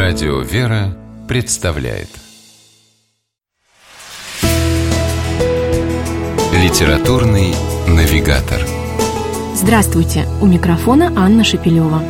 Радио «Вера» представляет Литературный навигатор. Здравствуйте! У микрофона Анна Шепелева.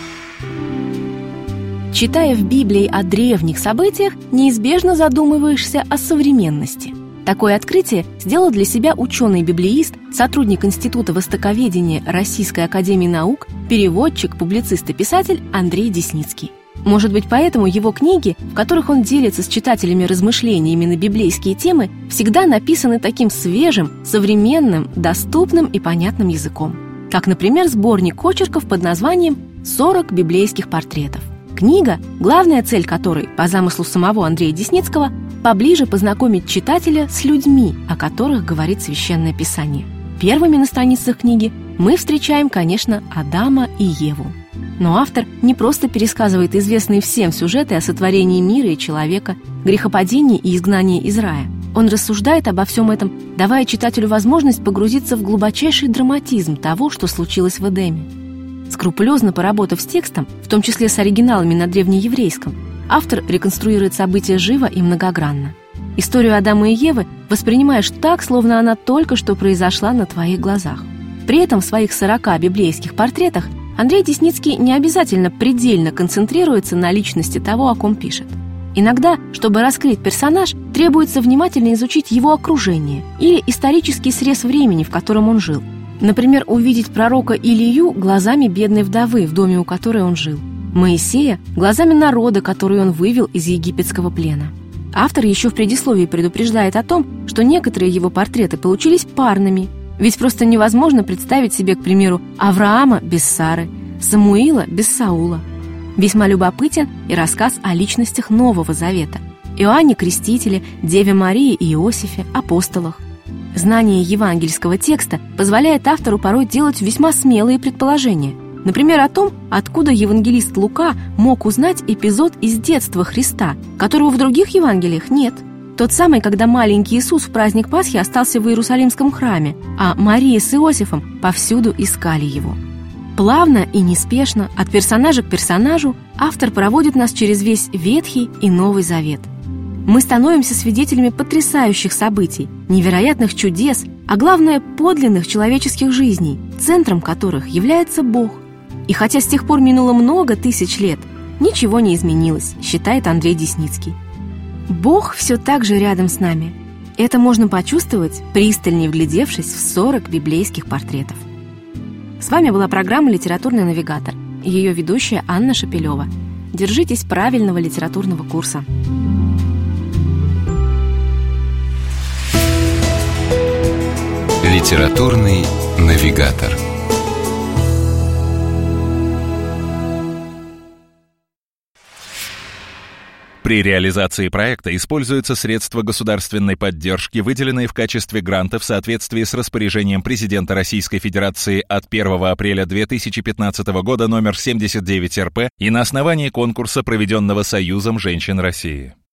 Читая в Библии о древних событиях, неизбежно задумываешься о современности. Такое открытие сделал для себя ученый-библеист, сотрудник Института востоковедения Российской академии наук, переводчик, публицист и писатель Андрей Десницкий. Может быть, поэтому его книги, в которых он делится с читателями размышлениями на библейские темы, всегда написаны таким свежим, современным, доступным и понятным языком. Как, например, сборник очерков под названием «40 библейских портретов». Книга, главная цель которой, по замыслу самого Андрея Десницкого, поближе познакомить читателя с людьми, о которых говорит Священное Писание. Первыми на страницах книги мы встречаем, конечно, Адама и Еву. Но автор не просто пересказывает известные всем сюжеты о сотворении мира и человека, грехопадении и изгнании из рая. Он рассуждает обо всем этом, давая читателю возможность погрузиться в глубочайший драматизм того, что случилось в Эдеме. Скрупулезно поработав с текстом, в том числе с оригиналами на древнееврейском, автор реконструирует события живо и многогранно. Историю Адама и Евы воспринимаешь так, словно она только что произошла на твоих глазах. При этом в своих 40 библейских портретах Андрей Десницкий не обязательно предельно концентрируется на личности того, о ком пишет. Иногда, чтобы раскрыть персонаж, требуется внимательно изучить его окружение или исторический срез времени, в котором он жил. Например, увидеть пророка Илию глазами бедной вдовы, в доме у которой он жил. Моисея глазами народа, который он вывел из египетского плена. Автор еще в предисловии предупреждает о том, что некоторые его портреты получились парными, ведь просто невозможно представить себе, к примеру, Авраама без Сары, Самуила без Саула. Весьма любопытен и рассказ о личностях Нового Завета: Иоанне Крестителе, Деве Марии и Иосифе, апостолах. Знание евангельского текста позволяет автору порой делать весьма смелые предположения. Например, о том, откуда евангелист Лука мог узнать эпизод из детства Христа, которого в других Евангелиях нет. Тот самый, когда маленький Иисус в праздник Пасхи остался в Иерусалимском храме, а Мария с Иосифом повсюду искали его. Плавно и неспешно, от персонажа к персонажу, автор проводит нас через весь Ветхий и Новый Завет. Мы становимся свидетелями потрясающих событий, невероятных чудес, а главное, подлинных человеческих жизней, центром которых является Бог. И хотя с тех пор минуло много тысяч лет, ничего не изменилось, считает Андрей Десницкий. Бог все так же рядом с нами. Это можно почувствовать, пристальнее вглядевшись в 40 библейских портретов. С вами была программа «Литературный навигатор» и ее ведущая Анна Шепелева. Держитесь правильного литературного курса. Литературный навигатор. При реализации проекта используются средства государственной поддержки, выделенные в качестве гранта в соответствии с распоряжением президента Российской Федерации от 1 апреля 2015 года номер 79 РП и на основании конкурса, проведенного Союзом женщин России.